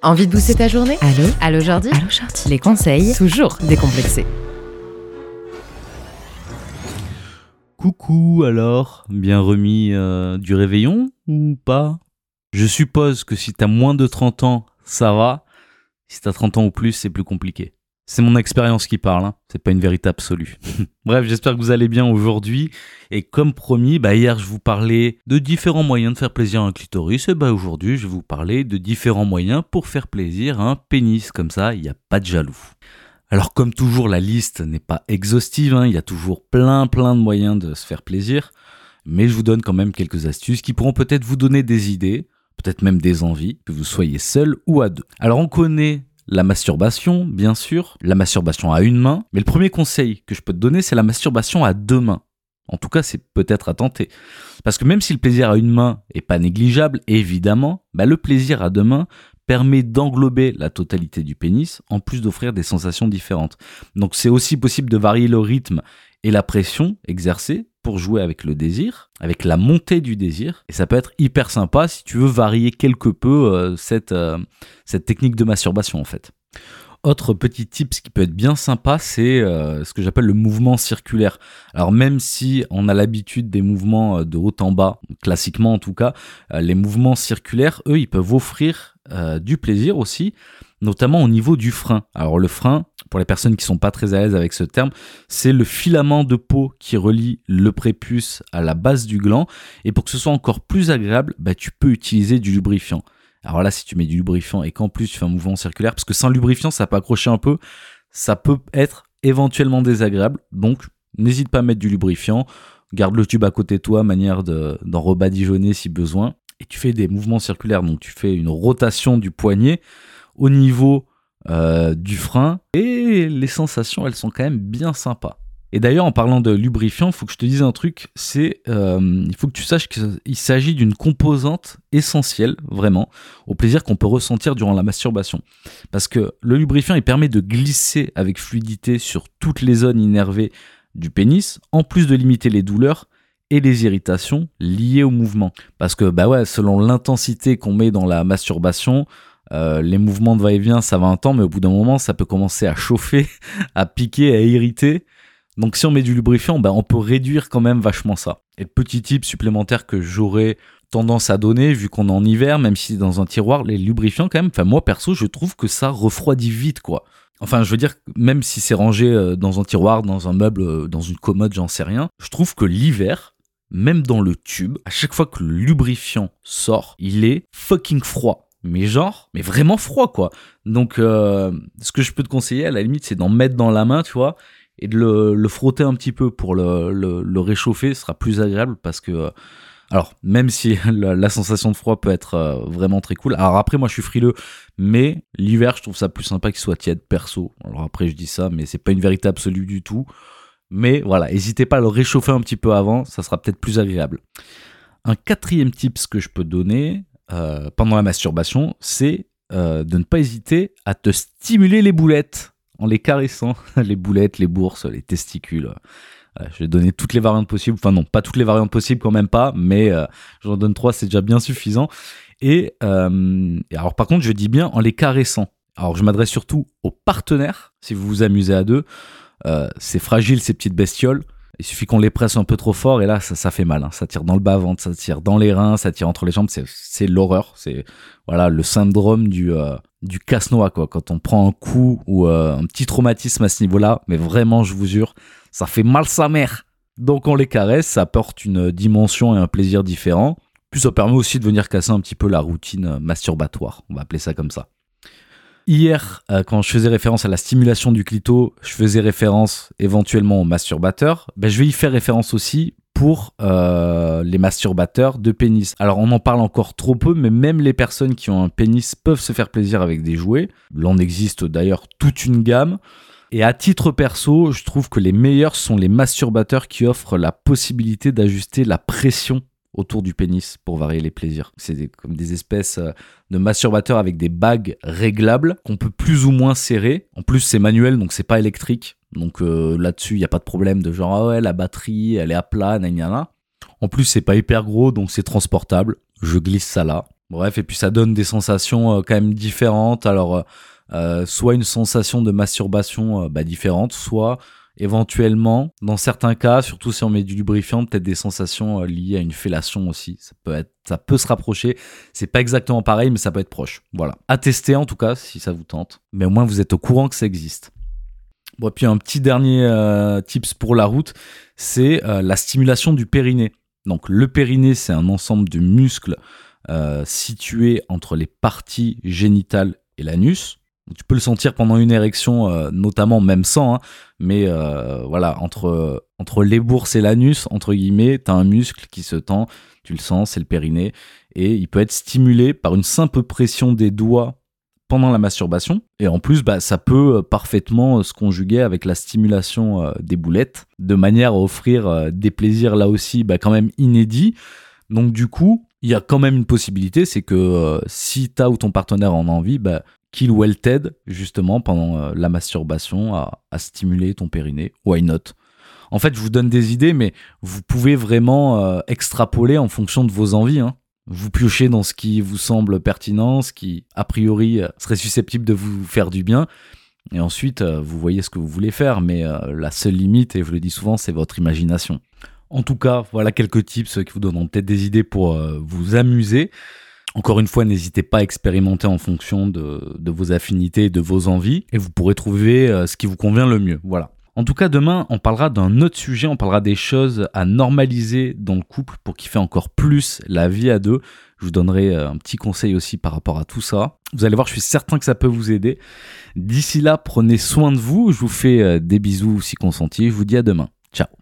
Envie de booster ta journée? Allô Jordi? Les conseils, toujours décomplexés. Coucou alors, bien remis du réveillon ou pas? Je suppose que si t'as moins de 30 ans, ça va. Si t'as 30 ans ou plus, c'est plus compliqué. C'est mon expérience qui parle, hein. C'est pas une vérité absolue. Bref, j'espère que vous allez bien aujourd'hui. Et comme promis, hier je vous parlais de différents moyens de faire plaisir à un clitoris. Et aujourd'hui, je vais vous parler de différents moyens pour faire plaisir à un pénis. Comme ça, il n'y a pas de jaloux. Alors comme toujours, la liste n'est pas exhaustive, hein. Il y a toujours plein de moyens de se faire plaisir. Mais je vous donne quand même quelques astuces qui pourront peut-être vous donner des idées, peut-être même des envies, que vous soyez seul ou à deux. Alors on connaît la masturbation, bien sûr, la masturbation à une main, mais le premier conseil que je peux te donner, c'est la masturbation à deux mains. En tout cas, c'est peut-être à tenter. Parce que même si le plaisir à une main est pas négligeable, évidemment, le plaisir à deux mains permet d'englober la totalité du pénis, en plus d'offrir des sensations différentes. Donc c'est aussi possible de varier le rythme et la pression exercée pour jouer avec le désir, avec la montée du désir. Et ça peut être hyper sympa si tu veux varier quelque peu cette technique de masturbation en fait. Autre petit tips qui peut être bien sympa, c'est ce que j'appelle le mouvement circulaire. Alors même si on a l'habitude des mouvements de haut en bas, classiquement en tout cas, les mouvements circulaires, eux, ils peuvent offrir du plaisir aussi, notamment au niveau du frein. Alors le frein, pour les personnes qui sont pas très à l'aise avec ce terme, c'est le filament de peau qui relie le prépuce à la base du gland. Et pour que ce soit encore plus agréable, tu peux utiliser du lubrifiant. Alors là, si tu mets du lubrifiant et qu'en plus tu fais un mouvement circulaire, parce que sans lubrifiant, ça peut accrocher un peu, ça peut être éventuellement désagréable. Donc, n'hésite pas à mettre du lubrifiant. Garde le tube à côté de toi, manière d'en rebadigeonner si besoin. Et tu fais des mouvements circulaires. Donc, tu fais une rotation du poignet au niveau du frein. Et les sensations, elles sont quand même bien sympas. Et d'ailleurs, en parlant de lubrifiant, il faut que je te dise un truc, il faut que tu saches qu'il s'agit d'une composante essentielle, vraiment, au plaisir qu'on peut ressentir durant la masturbation. Parce que le lubrifiant, il permet de glisser avec fluidité sur toutes les zones innervées du pénis, en plus de limiter les douleurs et les irritations liées au mouvement. Parce que, selon l'intensité qu'on met dans la masturbation, les mouvements de va-et-vient, ça va un temps, mais au bout d'un moment, ça peut commencer à chauffer, à piquer, à irriter. Donc si on met du lubrifiant, on peut réduire quand même vachement ça. Et le petit tip supplémentaire que j'aurais tendance à donner, vu qu'on est en hiver, même si c'est dans un tiroir, les lubrifiants quand même, moi perso, je trouve que ça refroidit vite, quoi. Enfin, je veux dire, même si c'est rangé dans un tiroir, dans un meuble, dans une commode, j'en sais rien, je trouve que l'hiver, même dans le tube, à chaque fois que le lubrifiant sort, il est fucking froid. Mais vraiment froid, quoi. Donc, ce que je peux te conseiller, à la limite, c'est d'en mettre dans la main, tu vois, et de le frotter un petit peu pour le réchauffer, ce sera plus agréable parce que, alors même si la sensation de froid peut être vraiment très cool, alors après moi je suis frileux, mais l'hiver je trouve ça plus sympa qu'il soit tiède perso, alors après je dis ça mais c'est pas une vérité absolue du tout, mais voilà, n'hésitez pas à le réchauffer un petit peu avant, ça sera peut-être plus agréable. Un quatrième tips que je peux donner pendant la masturbation, c'est de ne pas hésiter à te stimuler les boulettes en les caressant, les boulettes, les bourses, les testicules. Je vais donner toutes les variantes possibles. Enfin non, pas toutes les variantes possibles quand même pas, mais j'en donne 3, c'est déjà bien suffisant. Et alors par contre, je dis bien en les caressant. Alors je m'adresse surtout aux partenaires, si vous vous amusez à deux. C'est fragile ces petites bestioles. Il suffit qu'on les presse un peu trop fort et là ça fait mal, hein. Ça tire dans le bas-ventre, ça tire dans les reins, ça tire entre les jambes, c'est l'horreur, c'est voilà le syndrome du casse-noix, quoi, quand on prend un coup ou un petit traumatisme à ce niveau-là, mais vraiment je vous jure, ça fait mal sa mère. Donc on les caresse, ça apporte une dimension et un plaisir différent. Puis ça permet aussi de venir casser un petit peu la routine masturbatoire, on va appeler ça comme ça. Hier, quand je faisais référence à la stimulation du clito, je faisais référence éventuellement aux masturbateurs. Je vais y faire référence aussi pour les masturbateurs de pénis. Alors on en parle encore trop peu, mais même les personnes qui ont un pénis peuvent se faire plaisir avec des jouets. Là on existe d'ailleurs toute une gamme. Et à titre perso, je trouve que les meilleurs sont les masturbateurs qui offrent la possibilité d'ajuster la pression autour du pénis pour varier les plaisirs. C'est comme des espèces de masturbateurs avec des bagues réglables qu'on peut plus ou moins serrer. En plus, c'est manuel, donc c'est pas électrique. Donc là-dessus, il n'y a pas de problème de genre, ah ouais, la batterie, elle est à plat, nanana. En plus, c'est pas hyper gros, donc c'est transportable. Je glisse ça là. Bref, et puis ça donne des sensations quand même différentes. Alors, soit une sensation de masturbation différente, soit éventuellement, dans certains cas, surtout si on met du lubrifiant, peut-être des sensations liées à une fellation aussi. Ça peut se rapprocher. C'est pas exactement pareil, mais ça peut être proche. Voilà. À tester en tout cas, si ça vous tente. Mais au moins, vous êtes au courant que ça existe. Bon, et puis un petit dernier tips pour la route, c'est la stimulation du périnée. Donc le périnée, c'est un ensemble de muscles situés entre les parties génitales et l'anus. Tu peux le sentir pendant une érection, notamment même sans, hein, mais voilà, entre les bourses et l'anus, entre guillemets, tu as un muscle qui se tend, tu le sens, c'est le périnée, et il peut être stimulé par une simple pression des doigts pendant la masturbation. Et en plus, ça peut parfaitement se conjuguer avec la stimulation des boulettes, de manière à offrir des plaisirs là aussi quand même inédits. Donc du coup, il y a quand même une possibilité, c'est que si ta ou ton partenaire en a envie, qu'il ou elle t'aide justement pendant la masturbation à stimuler ton périnée. Why not? En fait, je vous donne des idées, mais vous pouvez vraiment extrapoler en fonction de vos envies, hein. Vous piochez dans ce qui vous semble pertinent, ce qui, a priori, serait susceptible de vous faire du bien. Et ensuite, vous voyez ce que vous voulez faire. Mais la seule limite, et je le dis souvent, c'est votre imagination. En tout cas, voilà quelques tips qui vous donneront peut-être des idées pour vous amuser. Encore une fois, n'hésitez pas à expérimenter en fonction de vos affinités et de vos envies. Et vous pourrez trouver ce qui vous convient le mieux. Voilà. En tout cas, demain, on parlera d'un autre sujet, on parlera des choses à normaliser dans le couple pour kiffer encore plus la vie à deux. Je vous donnerai un petit conseil aussi par rapport à tout ça. Vous allez voir, je suis certain que ça peut vous aider. D'ici là, prenez soin de vous. Je vous fais des bisous si consentis. Je vous dis à demain. Ciao.